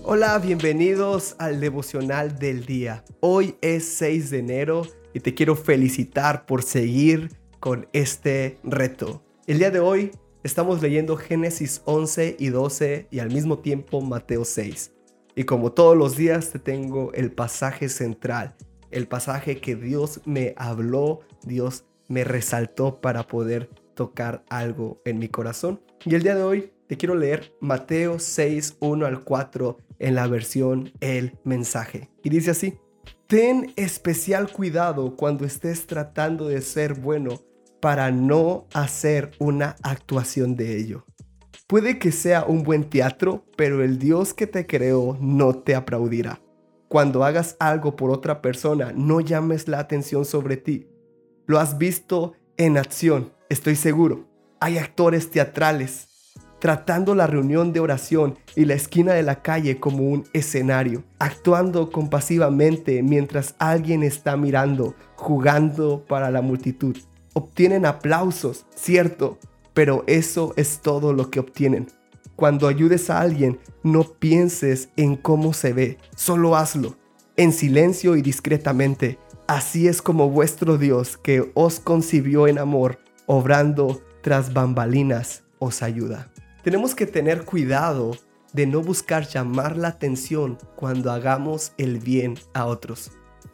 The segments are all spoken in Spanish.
Hola, bienvenidos al devocional del día. Hoy es 6 de enero y te quiero felicitar por seguir con este reto. El día de hoy estamos leyendo Génesis 11 y 12 y al mismo tiempo Mateo 6. Y como todos los días te tengo el pasaje central, el pasaje que Dios me habló, Dios me resaltó para poder tocar algo en mi corazón. Y el día de hoy te quiero leer Mateo 6, 1 al 4 en la versión El Mensaje. Y dice así: ten especial cuidado cuando estés tratando de ser bueno para no hacer una actuación de ello. Puede que sea un buen teatro, pero el Dios que te creó no te aplaudirá. Cuando hagas algo por otra persona, no llames la atención sobre ti. Lo has visto en acción, estoy seguro. Hay actores teatrales tratando la reunión de oración y la esquina de la calle como un escenario, actuando compasivamente mientras alguien está mirando, jugando para la multitud. Obtienen aplausos, cierto, pero eso es todo lo que obtienen. Cuando ayudes a alguien, no pienses en cómo se ve, solo hazlo, en silencio y discretamente. Así es como vuestro Dios, que os concibió en amor, obrando tras bambalinas, os ayuda. Tenemos que tener cuidado de no buscar llamar la atención cuando hagamos el bien a otros.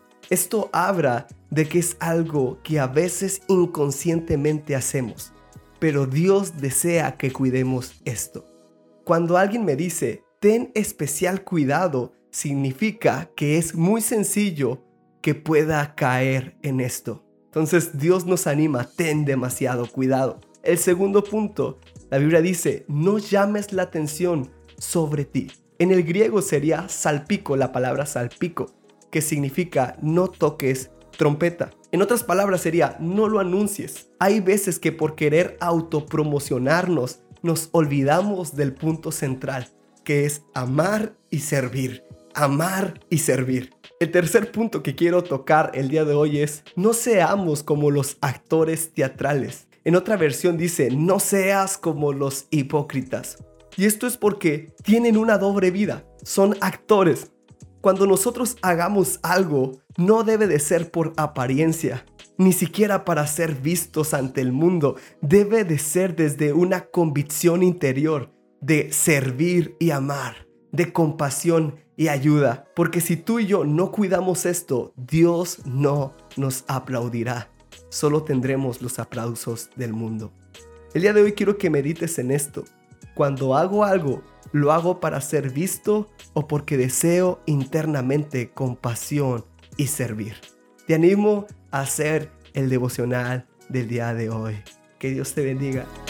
Esto habla de que es algo que a veces inconscientemente hacemos, pero Dios desea que cuidemos esto. Cuando alguien me dice, ten especial cuidado, significa que es muy sencillo que pueda caer en esto. Entonces Dios nos anima, ten demasiado cuidado. El segundo punto, la Biblia dice, no llames la atención sobre ti. En el griego sería salpico, la palabra salpico, que significa no toques trompeta. En otras palabras sería, no lo anuncies. Hay veces que por querer autopromocionarnos, nos olvidamos del punto central, que es amar y servir. Amar y servir. El tercer punto que quiero tocar el día de hoy es, no seamos como los actores teatrales. En otra versión dice, no seas como los hipócritas. Y esto es porque tienen una doble vida, son actores. Cuando nosotros hagamos algo, no debe de ser por apariencia, ni siquiera para ser vistos ante el mundo. Debe de ser desde una convicción interior de servir y amar, de compasión y ayuda. Porque si tú y yo no cuidamos esto, Dios no nos aplaudirá. Solo tendremos los aplausos del mundo. El día de hoy quiero que medites en esto. Cuando hago algo, ¿lo hago para ser visto o porque deseo internamente compasión y servir? Te animo a hacer el devocional del día de hoy. Que Dios te bendiga.